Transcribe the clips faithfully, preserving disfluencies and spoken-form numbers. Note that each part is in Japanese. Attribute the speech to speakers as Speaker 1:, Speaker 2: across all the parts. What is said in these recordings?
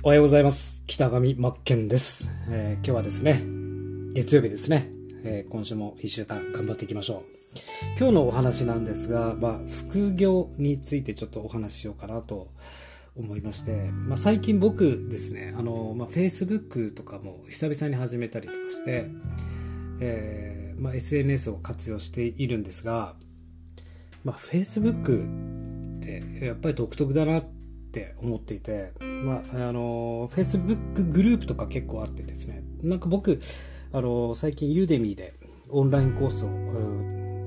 Speaker 1: おはようございます。北上真剣です、えー、今日はですね、月曜日ですね、えー、今週も一週間頑張っていきましょう。今日のお話なんですが、まあ、副業についてちょっとお話ししようかなと思いまして、まあ、最近僕ですね、あの、まあ、Facebook とかも久々に始めたりとかして、えーまあ、エスエヌエス を活用しているんですが、まあ、Facebook ってやっぱり独特だなって思っていて、まあ、あの Facebook グループとか結構あってですね、なんか僕あの最近ユーデミーでオンラインコースを、うん、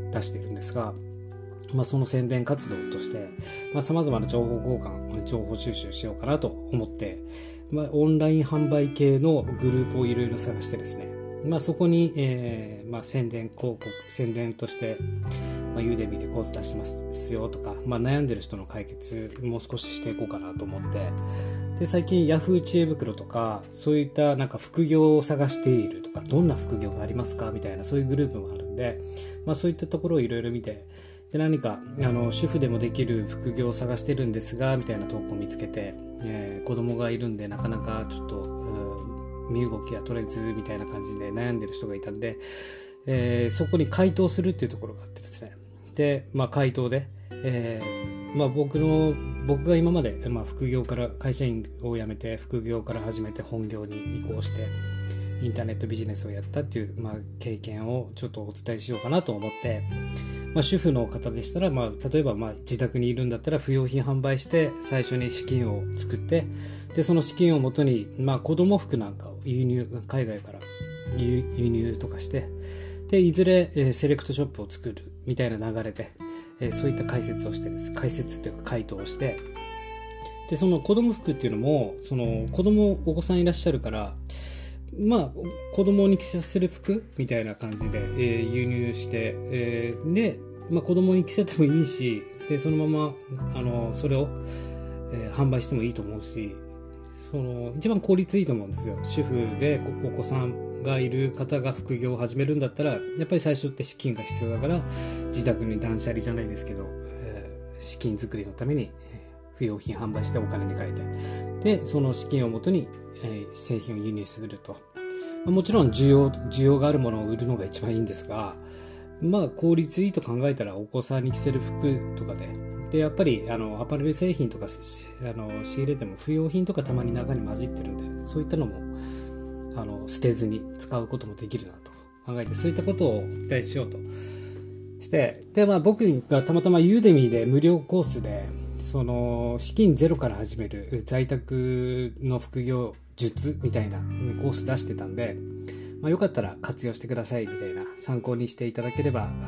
Speaker 1: 出しているんですが、まあ、その宣伝活動としてさまざ、まな情報交換情報収集しようかなと思って、まあ、オンライン販売系のグループをいろいろ探してですね、まあ、そこに、えーまあ、宣伝広告宣伝として、まあ、ユーデミーでコース出してますよとか、まあ、悩んでる人の解決もう少ししていこうかなと思って、で最近ヤフー知恵袋とかそういったなんか副業を探しているとか、どんな副業がありますかみたいなそういうグループもあるんで、まあ、そういったところをいろいろ見て、で何かあの主婦でもできる副業を探してるんですがみたいな投稿を見つけて、えー、子供がいるんでなかなかちょっと、うん、身動きが取れずみたいな感じで悩んでる人がいたんで、えー、そこに回答するっていうところがあってですね、で、まあ、回答で、えーまあ、僕の僕が今まで、まあ、副業から会社員を辞めて副業から始めて本業に移行してインターネットビジネスをやったっていう、まあ、経験をちょっとお伝えしようかなと思って、まあ、主婦の方でしたら、まあ、例えばまあ自宅にいるんだったら不用品販売して最初に資金を作って、でその資金をもとに、まあ、子供服なんかを輸入海外から輸入とかして、でいずれ、えー、セレクトショップを作るみたいな流れで、えー、そういった解説をしてです解説というか回答をして、でその子供服っていうのもその子供お子さんいらっしゃるから、まあ子供に着させる服みたいな感じで、えー、輸入して、えー、で、まあ、子供に着せてもいいし、でそのままあのそれを、えー、販売してもいいと思うし、その一番効率いいと思うんですよ。主婦でお子さんがいる方が副業を始めるんだったらやっぱり最初って資金が必要だから、自宅に断捨離じゃないですけど、えー、資金作りのために不用品販売してお金に変えて、でその資金をもとに、えー、製品を輸入すると、もちろん需要需要があるものを売るのが一番いいんですが、まあ効率いいと考えたらお子さんに着せる服とかで、でやっぱりあのアパレル製品とかあの仕入れても不用品とかたまに中に混じってるんで、そういったのもあの捨てずに使うこともできるなと考えて、そういったことをお伝えしようとして、で、まあ、僕がたまたまユーデミーで無料コースでその資金ゼロから始める在宅の副業術みたいなコース出してたんで、まあ、よかったら活用してくださいみたいな、参考にしていただければ、うん、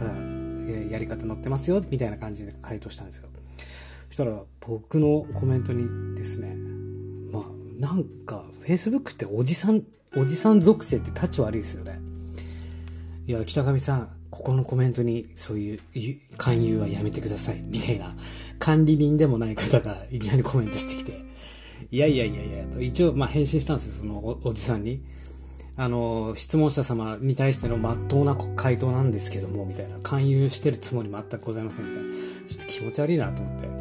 Speaker 1: やり方載ってますよみたいな感じで回答したんですよ。そしたら僕のコメントにですね、まあなんか Facebook っておじさんおじさん属性って立ち悪いですよね。いや北上さん、ここのコメントにそういう勧誘はやめてくださいみたいな、管理人でもない方がいきなりコメントしてきて、いやいやいやいやと一応まあ返信したんですよ、その お, おじさんに。あの質問者様に対しての真っ当な回答なんですけどもみたいな、勧誘してるつもり全くございませんみたいな、ちょっと気持ち悪いなと思って、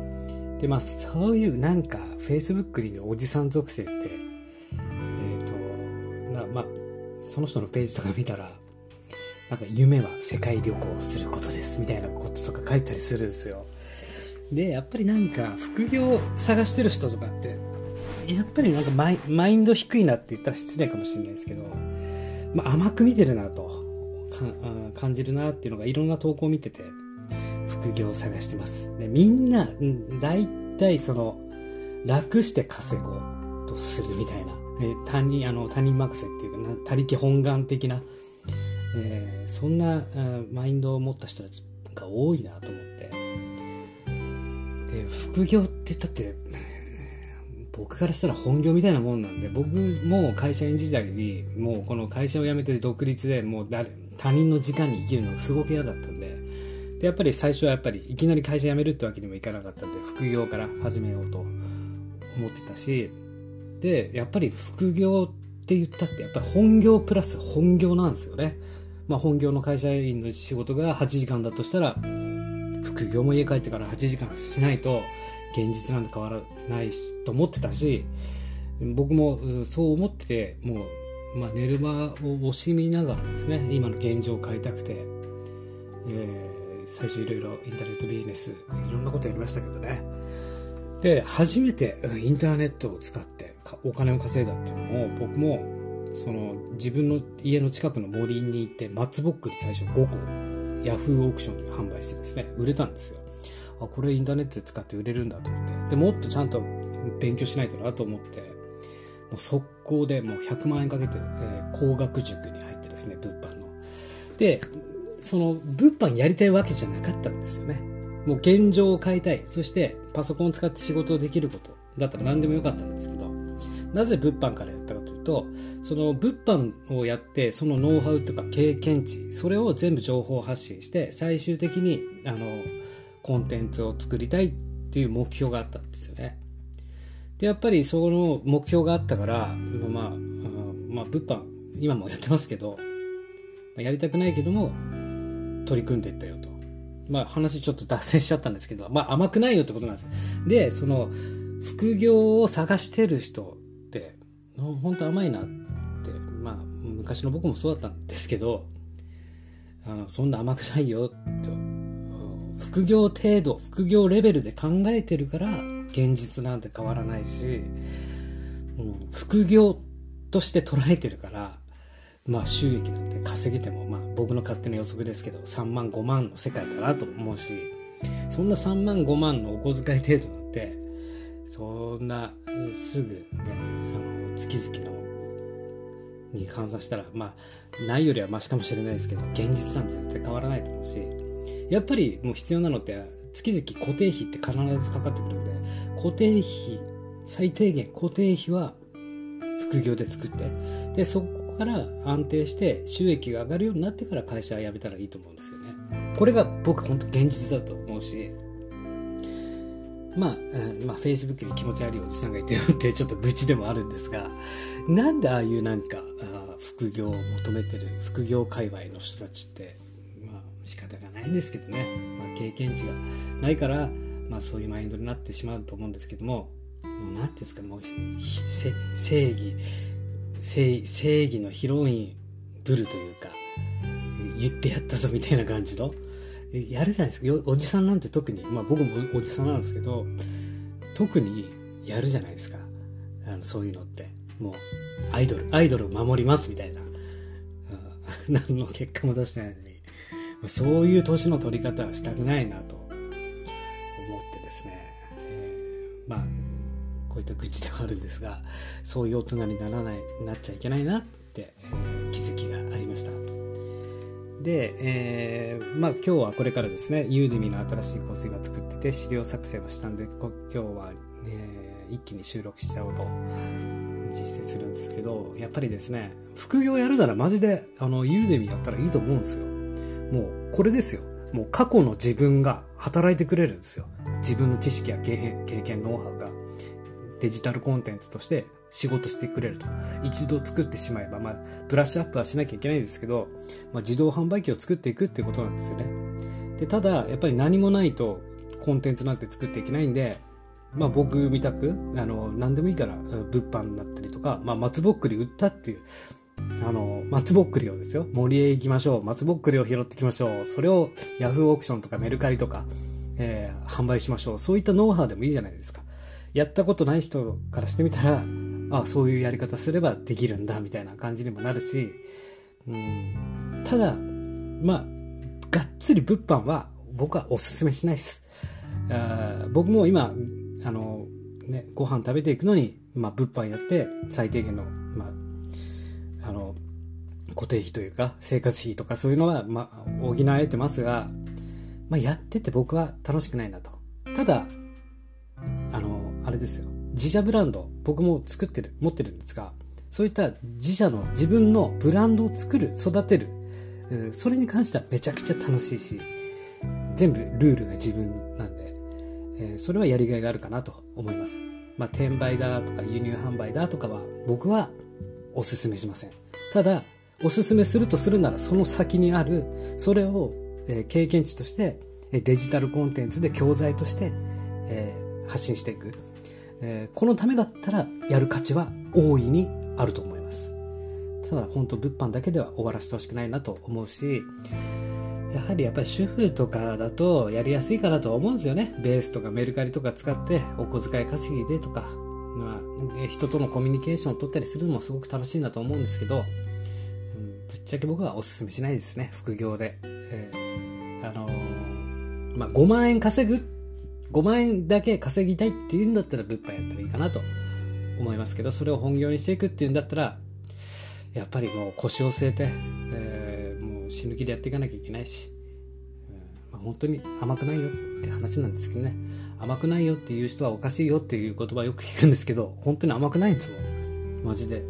Speaker 1: でまあそういうなんか Facebook にいるおじさん属性ってえっ、ー、となまあその人のページとか見たら、なんか夢は世界旅行することですみたいなこととか書いたりするんですよ。でやっぱりなんか副業探してる人とかってやっぱりなんかマイ、マインド低いなって言ったら失礼かもしれないですけど、まあ、甘く見てるなとか感じるなっていうのがいろんな投稿を見てて、副業を探してます。でみんなだいたいその楽して稼ごうとするみたいな、え他人あの他人任せっていうかな、他力本願的な、えー、そんなマインドを持った人たちが多いなと思って、で副業って言ったって僕からしたら本業みたいなもんなんで、僕も会社員時代にもうこの会社を辞めて独立でもう誰他人の時間に生きるのがすごく嫌だったんで、でやっぱり最初はやっぱりいきなり会社辞めるってわけにもいかなかったんで、副業から始めようと思ってたし、でやっぱり副業って言ったってやっぱり本業プラス本業なんですよね。まあ本業の会社員の仕事がはちじかんだとしたら、副業も家帰ってからはちじかんしないと現実なんて変わらないしと思ってたし、 僕もそう思ってて、もう、まあ、寝る間を惜しみながらですね、今の現状を変えたくて、えー、最初いろいろインターネットビジネスいろんなことやりましたけどね。で、初めてインターネットを使ってお金を稼いだっていうのも、僕もその自分の家の近くの森に行って松ぼっくり最初ごこヤフーオークションで販売してですね、売れたんですよ。あ、これインターネットで使って売れるんだと思って、でもっとちゃんと勉強しないとなと思って、もう速攻でもうひゃくまんえんかけて、えー、工学塾に入ってですね、物販の。で、その物販やりたいわけじゃなかったんですよね。もう現状を変えたい。そしてパソコンを使って仕事をできることだったら何でもよかったんですけど、なぜ物販からやったかというと、その物販をやってそのノウハウとか経験値、それを全部情報発信して最終的にあのコンテンツを作りたいっていう目標があったんですよね。で、やっぱりその目標があったから、まあ、まあ物販今もやってますけど、やりたくないけども取り組んでいったよと。まあ話ちょっと脱線しちゃったんですけど、まあ甘くないよってことなんです。で、その副業を探してる人って本当甘いなって、まあ昔の僕もそうだったんですけど、あのそんな甘くないよって、副業程度、副業レベルで考えてるから現実なんて変わらないし、うん、副業として捉えてるから、まあ収益なんて稼げても、まあ僕の勝手な予測ですけどさんまんごまんの世界だなと思うし、そんなさんまんごまんのお小遣い程度なんてそんなすぐね、あの月々のに換算したら、まあないよりはマシかもしれないですけど、現実なんて絶対変わらないと思うし、やっぱりもう必要なのって月々固定費って必ずかかってくるんで、固定費、最低限固定費は副業で作って、でそこから安定して収益が上がるようになってから会社を辞めたらいいと思うんですよね。これが僕本当現実だと思うし、まあ、うん、まあ Facebook に気持ち悪いおじさんがいてるってちょっと愚痴でもあるんですが、なんでああいうなんかあ副業を求めてる副業界隈の人たちって、まあ仕方がないんですけどね、まあ、経験値がないから、まあそういうマインドになってしまうと思うんですけども、もうなんていうんですか、もう正義正, 正義のヒロインブルというか、言ってやったぞみたいな感じのやるじゃないですか。おじさんなんて特に、まあ僕もおじさんなんですけど、特にやるじゃないですか。あのそういうのってもうアイドルアイドルを守りますみたいな、何の結果も出してないのに、そういう年の取り方はしたくないなと思ってですね、えー、まあこういった愚痴ではあるんですが、そういう大人にならないなっちゃいけないなって、えー、気づきがありました。で、えー、まあ今日はこれからですね、ユーデミの新しいコースが作ってて資料作成をしたんで、今日は、えー、一気に収録しちゃおうと実践するんですけど、やっぱりですね、副業やるならマジであのユーデミやったらいいと思うんですよ。もうこれですよ。もう過去の自分が働いてくれるんですよ。自分の知識や経験、経験ノウハウがデジタルコンテンツとして仕事してくれると。一度作ってしまえば、まあ、ブラッシュアップはしなきゃいけないんですけど、まあ、自動販売機を作っていくっていうことなんですよね。で、ただ、やっぱり何もないとコンテンツなんて作っていけないんで、まあ僕みたく、あの、何でもいいから、物販だったりとか、まあ松ぼっくり売ったっていう、あの、松ぼっくりをですよ、森へ行きましょう。松ぼっくりを拾ってきましょう。それをヤフーオークションとかメルカリとか、えー、販売しましょう。そういったノウハウでもいいじゃないですか。やったことない人からしてみたら、ああ、そういうやり方すればできるんだみたいな感じにもなるし、うん、ただまあがっつり物販は僕はおすすめしないです。あ、僕も今あの、ね、ご飯食べていくのに、まあ、物販やって最低限の、まあ、あの固定費というか生活費とかそういうのは、まあ、補えてますが、まあ、やってて僕は楽しくないなと。ただあのあれですよ、自社ブランド僕も作ってる持ってるんですが、そういった自社の自分のブランドを作る育てる、それに関してはめちゃくちゃ楽しいし、全部ルールが自分なんで、えー、それはやりがいがあるかなと思います。まあ転売だとか輸入販売だとかは僕はおすすめしません。ただおすすめするとするならその先にあるそれを、えー、経験値としてデジタルコンテンツで教材として、えー発信していく。 えー、このためだったらやる価値は大いにあると思います。ただ本当物販だけでは終わらせてほしくないなと思うし、やはりやっぱり主婦とかだとやりやすいかなと思うんですよね。ベースとかメルカリとか使ってお小遣い稼ぎでとか、まあ、人とのコミュニケーションを取ったりするのもすごく楽しいなと思うんですけど、うん、ぶっちゃけ僕はおすすめしないですね、副業で。えー、あのー、まあ、ごまん円稼ぐ、ごまん円だけ稼ぎたいっていうんだったら物販やったらいいかなと思いますけど、それを本業にしていくっていうんだったら、やっぱりもう腰を据えて、えー、もう死ぬ気でやっていかなきゃいけないし、うんまあ、本当に甘くないよって話なんですけどね。甘くないよっていう人はおかしいよっていう言葉よく聞くんですけど、本当に甘くないんですもん。マジで。うん、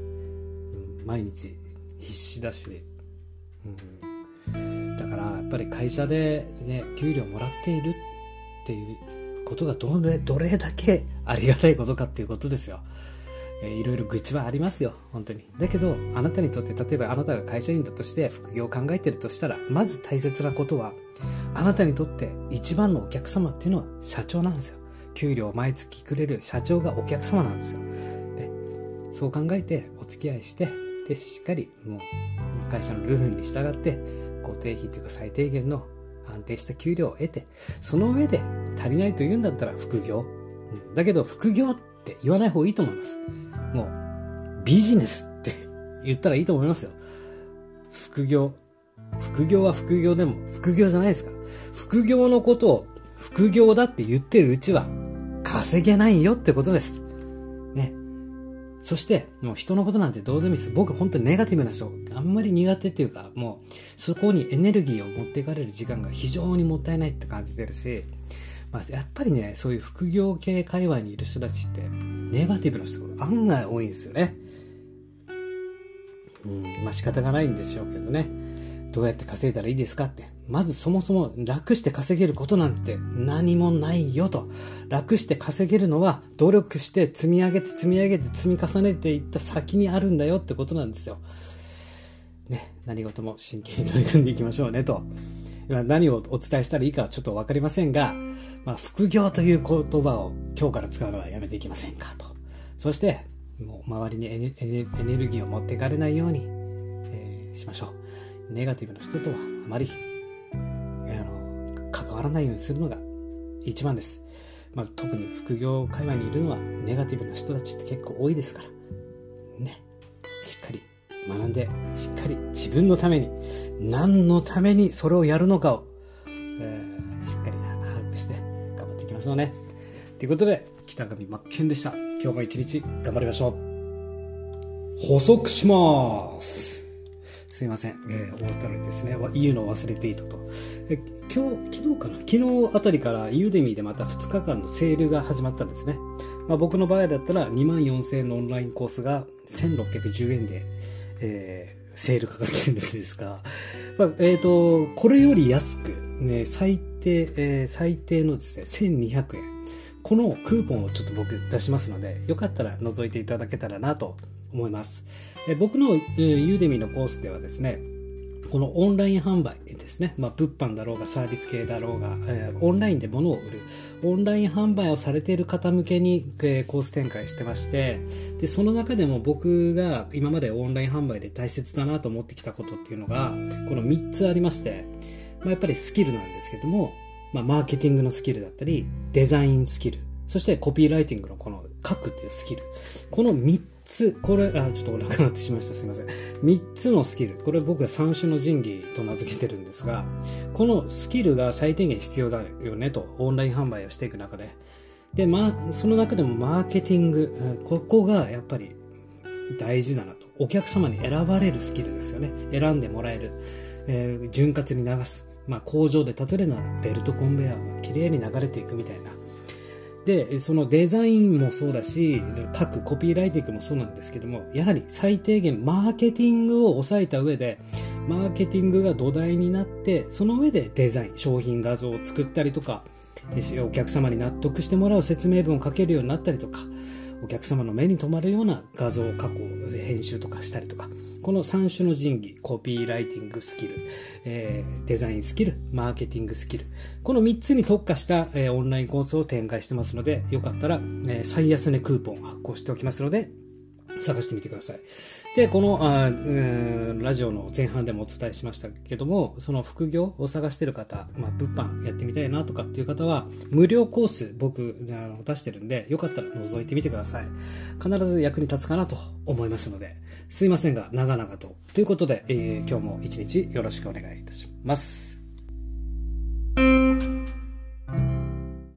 Speaker 1: 毎日必死だし、うん。だからやっぱり会社でね、給料もらっているっていうことがどれ、どれだけありがたいことかっていうことですよ。えー、いろいろ愚痴はありますよ、本当に。だけど、あなたにとって、例えばあなたが会社員だとして副業を考えているとしたら、まず大切なことは、あなたにとって一番のお客様っていうのは社長なんですよ。給料を毎月くれる社長がお客様なんですよ。で、そう考えてお付き合いして、で、しっかりもう会社のルールに従って、固定費というか最低限の安定した給料を得て、その上で足りないというんだったら副業。うん、だけど副業って言わない方がいいと思います。もうビジネスって言ったらいいと思いますよ。副業。副業は副業でも副業じゃないですから。副業のことを副業だって言ってるうちは稼げないよってことです。ね。そして、もう人のことなんてどうでもいいです。僕本当にネガティブな人、あんまり苦手っていうか、もうそこにエネルギーを持っていかれる時間が非常にもったいないって感じてるし、まあ、やっぱりね、そういう副業系界隈にいる人たちって、ネガティブな人が案外多いんですよね。うん、まあ仕方がないんでしょうけどね。どうやって稼いだらいいですかって。まずそもそも楽して稼げることなんて何もないよと。楽して稼げるのは努力して積み上げて積み上げて積み重ねていった先にあるんだよってことなんですよ。ね、何事も真剣に取り組んでいきましょうねと。今何をお伝えしたらいいかはちょっとわかりませんが、まあ、副業という言葉を今日から使うのはやめていきませんかと。そして、もう周りにエネ、エネ、エネルギーを持っていかれないように、えー、しましょう。ネガティブな人とはあまり、あの、関わらないようにするのが一番です。まあ、特に副業界隈にいるのはネガティブな人たちって結構多いですから。ね。しっかり学んで、しっかり自分のために、何のためにそれをやるのかを、えー、しっかり把握して頑張っていきましょうね。ということで、北上真剣でした。今日も一日頑張りましょう。補足します。すいません。えー、終わったのにですね、言うのを忘れていたと。え今日、昨日かな昨日あたりからユーデミーでまたふつかかんのセールが始まったんですね。まあ、僕の場合だったらにまんよんせんえんのオンラインコースがせんろっぴゃくじゅうえんで、えー、セールかかってるんですが、まあ、えっと、これより安く、ね、最低、えー、最低のですね、せんにひゃくえん。このクーポンをちょっと僕出しますので、よかったら覗いていただけたらなと思います。え僕の、えー、ユーデミーのコースではですね、このオンライン販売ですね、まあ、物販だろうがサービス系だろうが、えー、オンラインで物を売る、オンライン販売をされている方向けに、えー、コース展開してまして、で、その中でも僕が今までオンライン販売で大切だなと思ってきたことっていうのが、このみっつありまして、まあ、やっぱりスキルなんですけども、まあ、マーケティングのスキルだったり、デザインスキル、そしてコピーライティングのこの書くっていうスキル。このみっつ、これ、あ、ちょっとなくなってしまいました。すいません。みっつのスキル。これ僕は三種の神器と名付けてるんですが、このスキルが最低限必要だよねと、オンライン販売をしていく中で。で、まあ、その中でもマーケティング、ここがやっぱり大事だなと。お客様に選ばれるスキルですよね。選んでもらえる。えー、潤滑に流す。まあ、工場で例えるならベルトコンベヤーが綺麗に流れていくみたいな。で、そのデザインもそうだし、書くコピーライティングもそうなんですけども、やはり最低限マーケティングを抑えた上で、マーケティングが土台になって、その上でデザイン、商品画像を作ったりとか、お客様に納得してもらう説明文を書けるようになったりとか、 お客様の目に留まるような画像加工、編集とかしたりとか、このさん種の神器、コピーライティングスキル、えー、デザインスキル、マーケティングスキル、このみっつに特化した、えー、オンラインコースを展開してますので、よかったら、えー、最安値クーポン発行しておきますので、探してみてください。で、このあ、うん、ラジオの前半でもお伝えしましたけども、その副業を探している方、まあ、物販やってみたいなとかっていう方は、無料コース僕あの出してるんで、よかったら覗いてみてください。必ず役に立つかなと思いますので、すいませんが、長々と。ということで、えー、今日も一日よろしくお願いいたします。